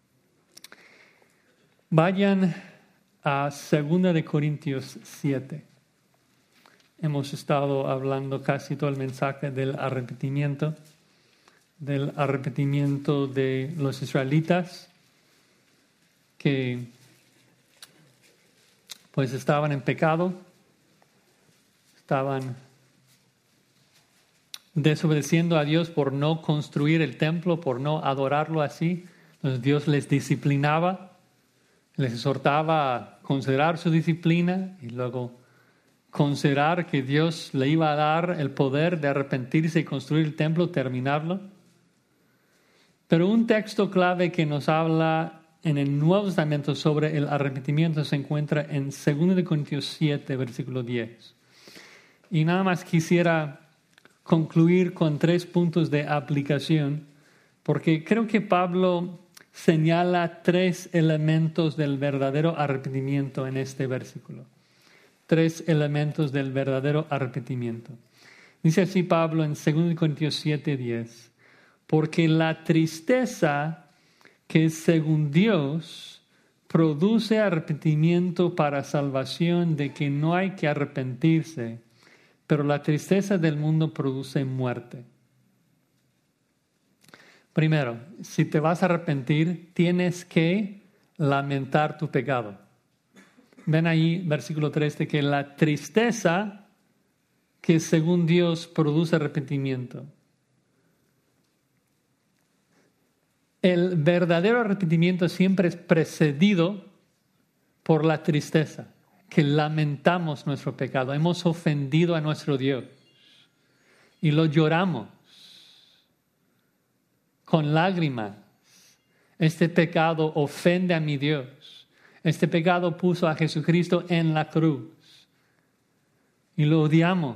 Vayan a segunda de Corintios siete. Hemos estado hablando casi todo el mensaje del arrepentimiento, del arrepentimiento de los israelitas que pues estaban en pecado, estaban desobedeciendo a Dios por no construir el templo, por no adorarlo así. Entonces Dios les disciplinaba, les exhortaba a considerar su disciplina y luego considerar que Dios le iba a dar el poder de arrepentirse y construir el templo, terminarlo. Pero un texto clave que nos habla en el Nuevo Testamento sobre el arrepentimiento se encuentra en dos de Corintios siete, versículo diez. Y nada más quisiera concluir con tres puntos de aplicación, porque creo que Pablo señala tres elementos del verdadero arrepentimiento en este versículo. Tres elementos del verdadero arrepentimiento. Dice así Pablo en dos de Corintios siete, diez. Porque la tristeza que según Dios produce arrepentimiento para salvación, de que no hay que arrepentirse, pero la tristeza del mundo produce muerte. Primero, si te vas a arrepentir, tienes que lamentar tu pecado. Ven ahí, versículo tres, de que la tristeza que según Dios produce arrepentimiento. El verdadero arrepentimiento siempre es precedido por la tristeza, que lamentamos nuestro pecado. Hemos ofendido a nuestro Dios y lo lloramos con lágrimas. Este pecado ofende a mi Dios. Este pecado puso a Jesucristo en la cruz y lo odiamos.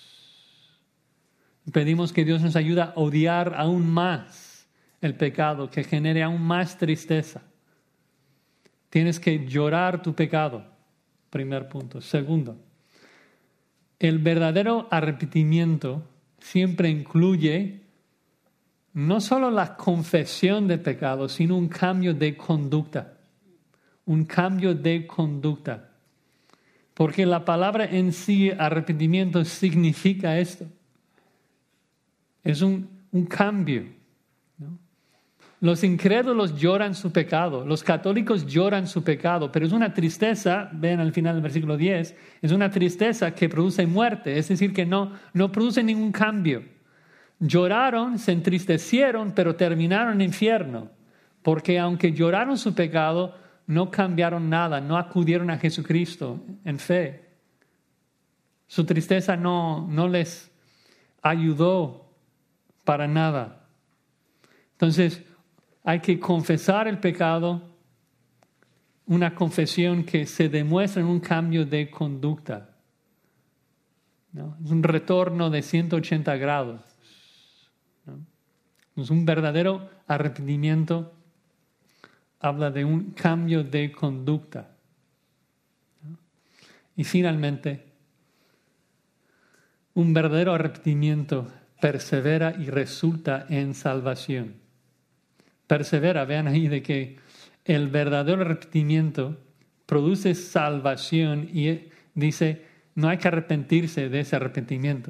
Pedimos que Dios nos ayude a odiar aún más el pecado, que genere aún más tristeza. Tienes que llorar tu pecado. Primer punto. Segundo, el verdadero arrepentimiento siempre incluye no solo la confesión de pecado, sino un cambio de conducta. Un cambio de conducta. Porque la palabra en sí, arrepentimiento, significa esto. Es un, un cambio, ¿no? Los incrédulos lloran su pecado, los católicos lloran su pecado, pero es una tristeza, ven al final del versículo diez, es una tristeza que produce muerte, es decir, que no, no produce ningún cambio. Lloraron, se entristecieron, pero terminaron en infierno, porque aunque lloraron su pecado, no cambiaron nada, no acudieron a Jesucristo en fe. Su tristeza no, no les ayudó para nada. Entonces, hay que confesar el pecado, una confesión que se demuestra en un cambio de conducta, ¿no? Es un retorno de ciento ochenta grados, ¿no? Es un verdadero arrepentimiento, habla de un cambio de conducta, ¿no? Y finalmente, un verdadero arrepentimiento persevera y resulta en salvación. Persevera, vean ahí de que el verdadero arrepentimiento produce salvación y dice, no hay que arrepentirse de ese arrepentimiento.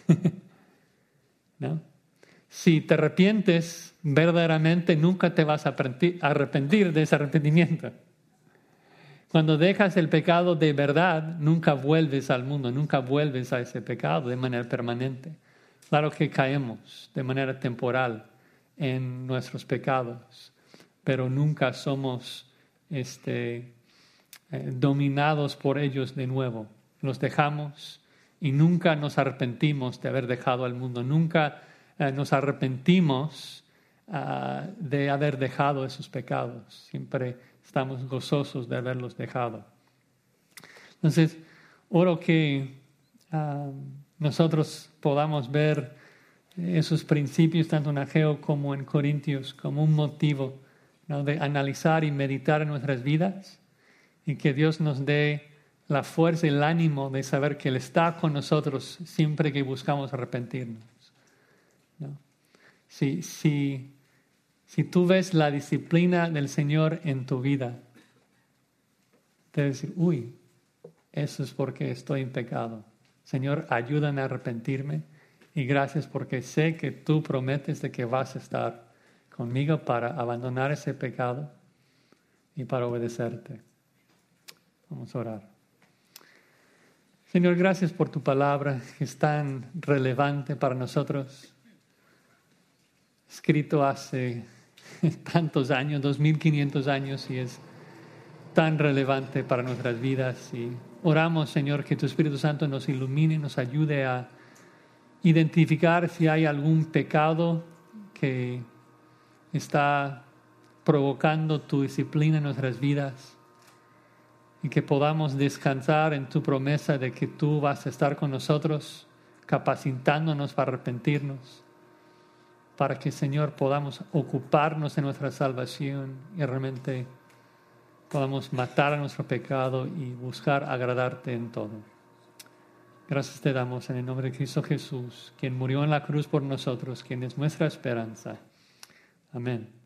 ¿No? Si te arrepientes verdaderamente, nunca te vas a arrepentir de ese arrepentimiento. Cuando dejas el pecado de verdad, nunca vuelves al mundo, nunca vuelves a ese pecado de manera permanente. Claro que caemos de manera temporal en nuestros pecados, pero nunca somos este, eh, dominados por ellos de nuevo. Los dejamos y nunca nos arrepentimos de haber dejado al mundo. Nunca eh, nos arrepentimos uh, de haber dejado esos pecados. Siempre estamos gozosos de haberlos dejado. Entonces, oro que uh, nosotros podamos ver esos principios, tanto en Ageo como en Corintios, como un motivo, ¿no?, de analizar y meditar en nuestras vidas, y que Dios nos dé la fuerza y el ánimo de saber que Él está con nosotros siempre que buscamos arrepentirnos, ¿no? Si, si, si tú ves la disciplina del Señor en tu vida, te debes decir, uy, eso es porque estoy en pecado. Señor, ayúdame a arrepentirme. Y gracias porque sé que tú prometes de que vas a estar conmigo para abandonar ese pecado y para obedecerte. Vamos a orar. Señor, gracias por tu palabra que es tan relevante para nosotros. Escrito hace tantos años, dos mil quinientos años, y es tan relevante para nuestras vidas. Y oramos, Señor, que tu Espíritu Santo nos ilumine, nos ayude a identificar si hay algún pecado que está provocando tu disciplina en nuestras vidas y que podamos descansar en tu promesa de que tú vas a estar con nosotros, capacitándonos para arrepentirnos, para que, Señor, podamos ocuparnos de nuestra salvación y realmente podamos matar a nuestro pecado y buscar agradarte en todo. Gracias te damos en el nombre de Cristo Jesús, quien murió en la cruz por nosotros, quien es nuestra esperanza. Amén.